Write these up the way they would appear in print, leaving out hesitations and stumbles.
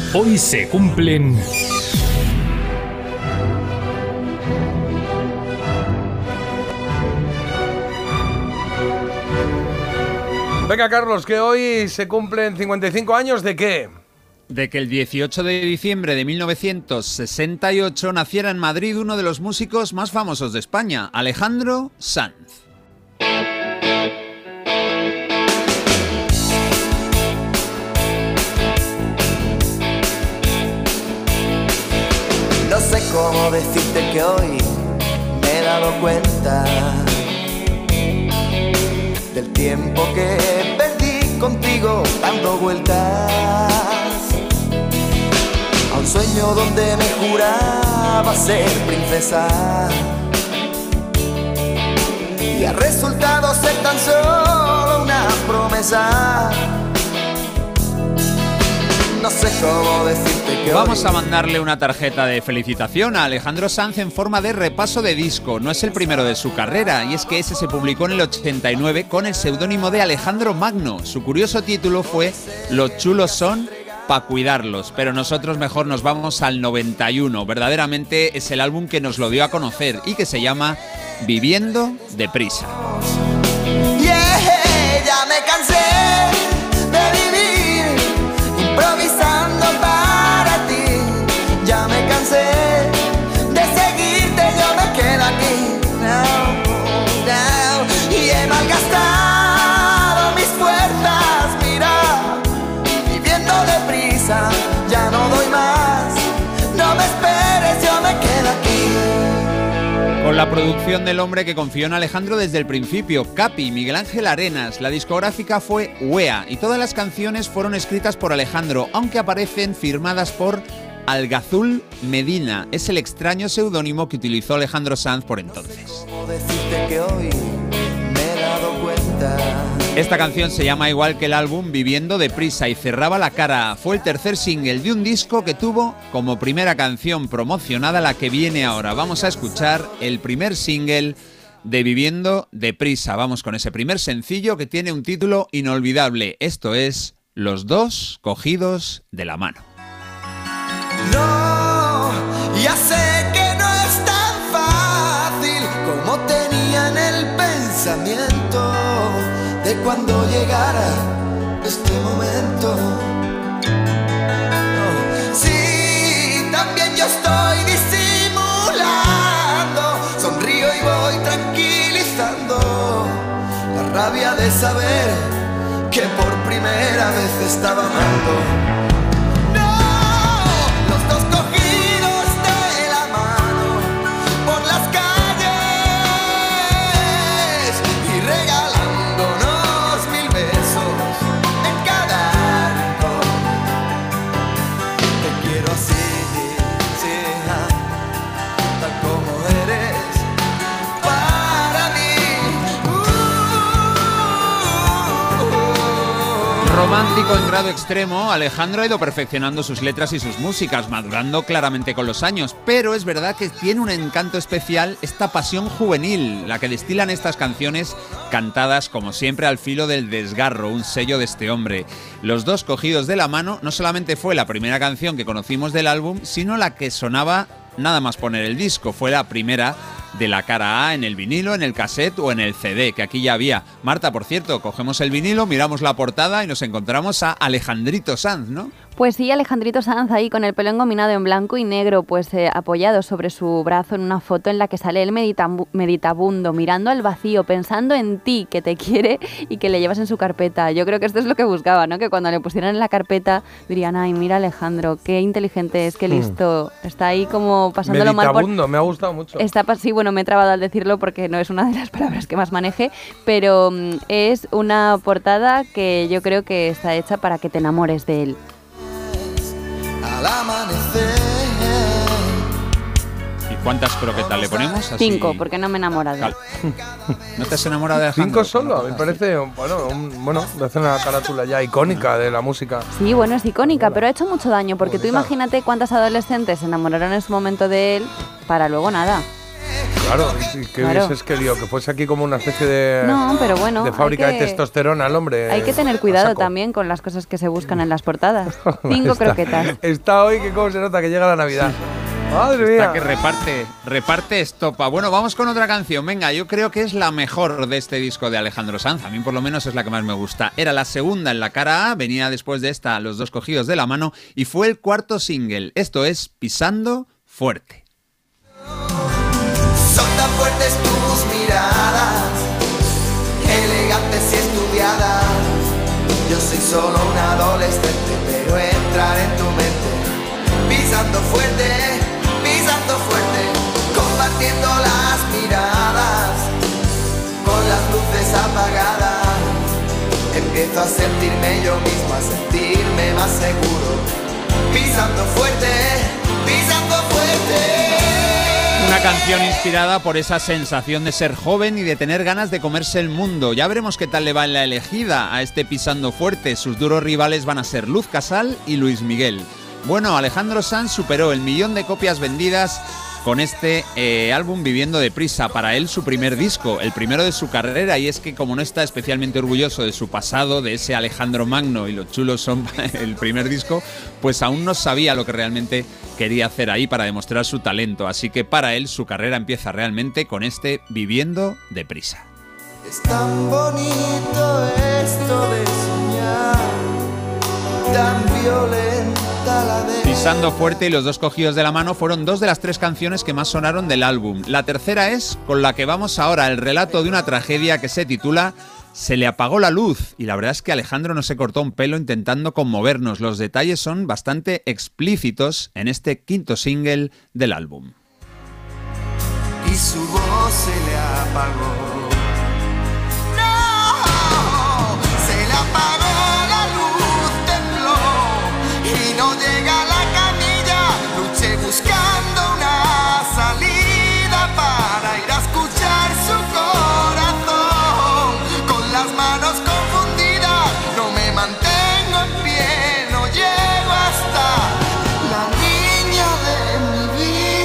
Hoy se cumplen... Venga, Carlos, que hoy se cumplen 55 años ¿de qué? De que el 18 de diciembre de 1968 naciera en Madrid uno de los músicos más famosos de España, Alejandro Sanz. No sé cómo decirte que hoy me he dado cuenta del tiempo que perdí contigo dando vueltas a un sueño donde me juraba ser princesa y ha resultado ser tan solo una promesa. No sé cómo decirte que vamos a mandarle una tarjeta de felicitación a Alejandro Sanz en forma de repaso de disco. No es el primero de su carrera, y es que ese se publicó en el 89 con el seudónimo de Alejandro Magno. Su curioso título fue Los chulos son pa' cuidarlos, pero nosotros mejor nos vamos al 91. Verdaderamente es el álbum que nos lo dio a conocer y que se llama Viviendo deprisa. Yeah, ya me cansé de vivir improvisando para ti, ya me cansé de seguirte, yo me quedo aquí, y he malgastado mis fuerzas, mira, viviendo deprisa, ya no doy más, no me esperes, yo me quedo aquí. Con la producción del hombre que confió en Alejandro desde el principio, Capi, Miguel Ángel Arenas. La discográfica fue UEA y todas las canciones fueron escritas por Alejandro, aunque aparecen firmadas por Algazul Medina. Es el extraño seudónimo que utilizó Alejandro Sanz por entonces. Esta canción se llama igual que el álbum Viviendo deprisa y cerraba la cara. Fue el tercer single de un disco que tuvo como primera canción promocionada la que viene ahora. Vamos a escuchar el primer single de Viviendo deprisa. Vamos con ese primer sencillo que tiene un título inolvidable. Esto es Los dos cogidos de la mano. No, ya sé que no es tan fácil como tenía en el pensamiento de cuando llegara este momento. No. Sí, también yo estoy disimulando, sonrío y voy tranquilizando la rabia de saber que por primera vez estaba amando. Romántico en grado extremo, Alejandro ha ido perfeccionando sus letras y sus músicas, madurando claramente con los años, pero es verdad que tiene un encanto especial esta pasión juvenil, la que destilan estas canciones cantadas como siempre al filo del desgarro, un sello de este hombre. Los dos cogidos de la mano no solamente fue la primera canción que conocimos del álbum, sino la que sonaba nada más poner el disco, fue la primera de la cara A en el vinilo, en el cassette o en el CD, que aquí ya había. Marta, por cierto, cogemos el vinilo, miramos la portada y nos encontramos a Alejandrito Sanz, ¿no? Pues sí, Alejandrito Sanz ahí con el pelo engominado en blanco y negro, pues apoyado sobre su brazo en una foto en la que sale él meditabundo, mirando al vacío, pensando en ti, que te quiere y que le llevas en su carpeta. Yo creo que esto es lo que buscaba, ¿no? Que cuando le pusieran en la carpeta dirían, ay, mira Alejandro, qué inteligente es, qué listo. Está ahí como pasándolo mal. Meditabundo, me ha gustado mucho. Sí, bueno, me he trabado al decirlo porque no es una de las palabras que más maneje, pero es una portada que yo creo que está hecha para que te enamores de él. Al amanecer. ¿Y cuántas croquetas le ponemos? Así... 5, porque no me he enamorado. ¿No te has enamorado de Alejandro? 5 solo, me parece, bueno, me hace una carátula ya icónica de la música. Sí, bueno, es icónica, pero ha hecho mucho daño, porque tú imagínate cuántas adolescentes se enamoraron en su momento de él para luego nada. Claro, ¿y qué hubieses querido? Que fuese aquí como una especie de... No, pero bueno, de fábrica de testosterona al hombre. Hay que tener cuidado también con las cosas que se buscan en las portadas. 5 croquetas. Está hoy que cómo se nota que llega la Navidad. Madre mía. Está que reparte estopa. Bueno, vamos con otra canción. Venga, yo creo que es la mejor de este disco de Alejandro Sanz. A mí por lo menos es la que más me gusta. Era la segunda en la cara A, venía después de esta Los dos cogidos de la mano y fue el cuarto single. Esto es Pisando Fuerte. Son tan fuertes tus miradas, elegantes y estudiadas. Yo soy solo un adolescente, pero entrar en tu mente, pisando fuerte, compartiendo las miradas, con las luces apagadas. Empiezo a sentirme yo mismo, a sentirme más seguro, pisando fuerte, pisando fuerte. Una canción inspirada por esa sensación de ser joven y de tener ganas de comerse el mundo. Ya veremos qué tal le va en la elegida a este Pisando Fuerte. Sus duros rivales van a ser Luz Casal y Luis Miguel. Bueno, Alejandro Sanz superó el 1.000.000 de copias vendidas con este álbum Viviendo deprisa. Para él su primer disco, el primero de su carrera, y es que como no está especialmente orgulloso de su pasado, de ese Alejandro Magno, y los chulos son el primer disco, pues aún no sabía lo que realmente quería hacer ahí para demostrar su talento. Así que para él su carrera empieza realmente con este Viviendo deprisa. Es tan bonito esto de soñar, tan violenta la de... Pisando Fuerte y Los dos cogidos de la mano fueron 2 de las 3 canciones que más sonaron del álbum. La tercera es con la que vamos ahora, el relato de una tragedia que se titula Se le apagó la luz. Y la verdad es que Alejandro no se cortó un pelo intentando conmovernos. Los detalles son bastante explícitos en este quinto single del álbum. Y su voz se le apagó. Buscando una salida para ir a escuchar su corazón. Con las manos confundidas no me mantengo en pie, no llego hasta la niña de mi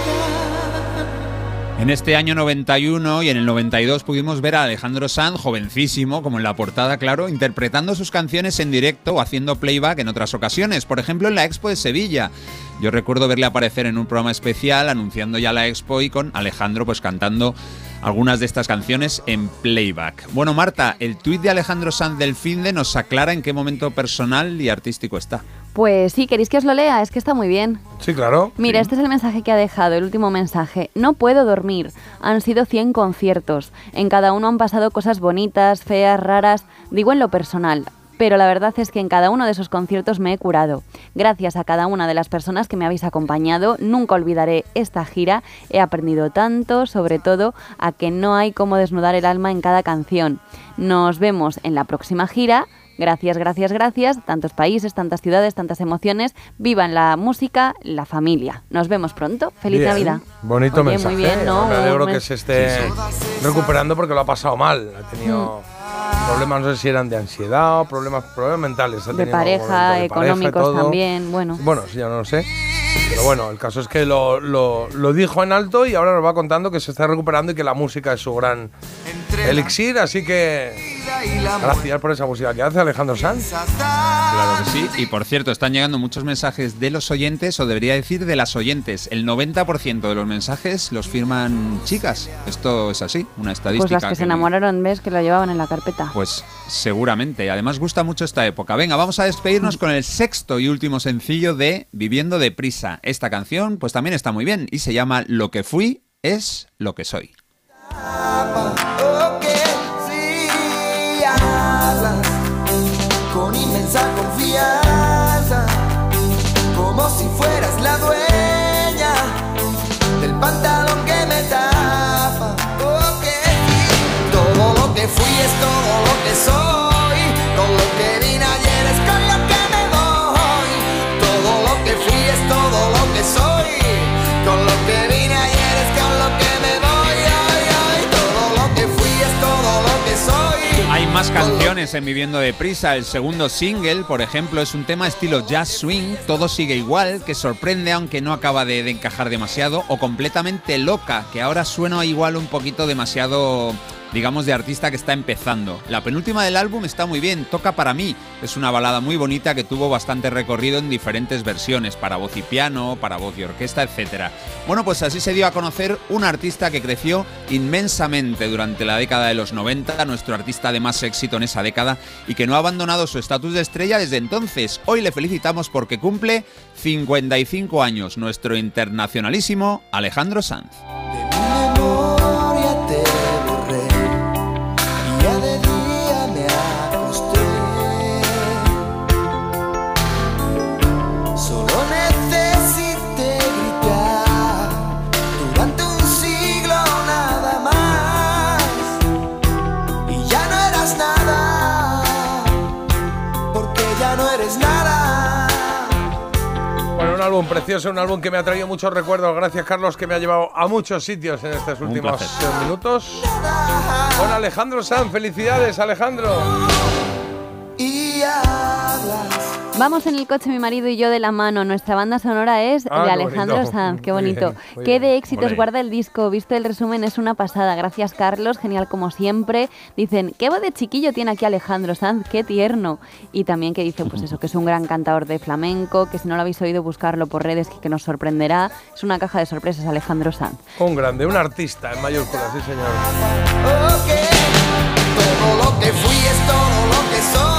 vida. En este año 91 y en el 92 pudimos ver a Alejandro Sanz, jovencísimo, como en la portada, claro, interpretando sus canciones en directo o haciendo playback en otras ocasiones, por ejemplo en la Expo de Sevilla. Yo recuerdo verle aparecer en un programa especial anunciando ya la Expo y con Alejandro pues cantando algunas de estas canciones en playback. Bueno, Marta, el tuit de Alejandro Sanz del finde nos aclara en qué momento personal y artístico está. Pues sí, ¿queréis que os lo lea? Es que está muy bien. Sí, claro. Mira, sí. Este es el mensaje que ha dejado, el último mensaje. No puedo dormir. Han sido 100 conciertos. En cada uno han pasado cosas bonitas, feas, raras. Digo en lo personal. Pero la verdad es que en cada uno de esos conciertos me he curado. Gracias a cada una de las personas que me habéis acompañado, nunca olvidaré esta gira. He aprendido tanto, sobre todo, a que no hay cómo desnudar el alma en cada canción. Nos vemos en la próxima gira. Gracias, gracias, gracias. Tantos países, tantas ciudades, tantas emociones. Vivan la música, la familia. Nos vemos pronto. ¡Feliz Bien. Navidad! Bonito Oye, mensaje. Muy bien, ¿no? Me alegro que se esté recuperando porque lo ha pasado mal. Ha tenido problemas, no sé si eran de ansiedad o problemas mentales. De pareja, económicos también. Bueno, sí, ya no lo sé. Pero bueno, el caso es que lo dijo en alto y ahora nos va contando que se está recuperando y que la música es su gran elixir. Así que gracias por esa música que hace Alejandro Sanz. Claro que sí. Y por cierto, están llegando muchos mensajes de los oyentes, o debería decir de las oyentes. El 90% de los mensajes los firman chicas. Esto es así, una estadística. pues las que se enamoraron, ves, que lo llevaban en la carpeta. Pues seguramente. Además gusta mucho esta época. Venga, vamos a despedirnos con el sexto y último sencillo de Viviendo deprisa. Esta canción pues también está muy bien y se llama Lo que fui es lo que soy. Con inmensa confianza, como si fueras la dueña del pantalón que me tapa. Todo lo que fui es todo lo que soy, todo lo que vine ayer es con lo que me voy. Todo lo que fui es todo lo que soy, con lo que vine ayer es con lo que me voy. Todo lo que fui es todo lo que soy. Hay más canciones en Viviendo Deprisa. El segundo single, por ejemplo, es un tema estilo jazz swing, Todo sigue igual, que sorprende aunque no acaba de encajar demasiado, o Completamente loca, que ahora suena igual un poquito demasiado, digamos, de artista que está empezando. La penúltima del álbum está muy bien, Toca para mí. Es una balada muy bonita que tuvo bastante recorrido en diferentes versiones, para voz y piano, para voz y orquesta, etc. Bueno, pues así se dio a conocer un artista que creció inmensamente durante la década de los 90, nuestro artista de más éxito en esa década, y que no ha abandonado su estatus de estrella desde entonces. Hoy le felicitamos porque cumple 55 años, nuestro internacionalísimo Alejandro Sanz. Un álbum precioso, un álbum que me ha traído muchos recuerdos. Gracias, Carlos, que me ha llevado a muchos sitios en estos últimos minutos. Con Alejandro Sanz. Felicidades, Alejandro. Vamos en el coche, mi marido y yo, de la mano. Nuestra banda sonora es de Alejandro Sanz. Qué bonito. Qué de éxitos guarda el disco. Visto el resumen, es una pasada. Gracias, Carlos. Genial como siempre. Dicen, qué voz de chiquillo tiene aquí Alejandro Sanz. Qué tierno. Y también que dice, pues eso, que es un gran cantador de flamenco, que si no lo habéis oído, buscarlo por redes, que nos sorprenderá. Es una caja de sorpresas, Alejandro Sanz. Un grande, un artista en mayúsculas, sí, señor. Todo lo que fui es todo lo que soy.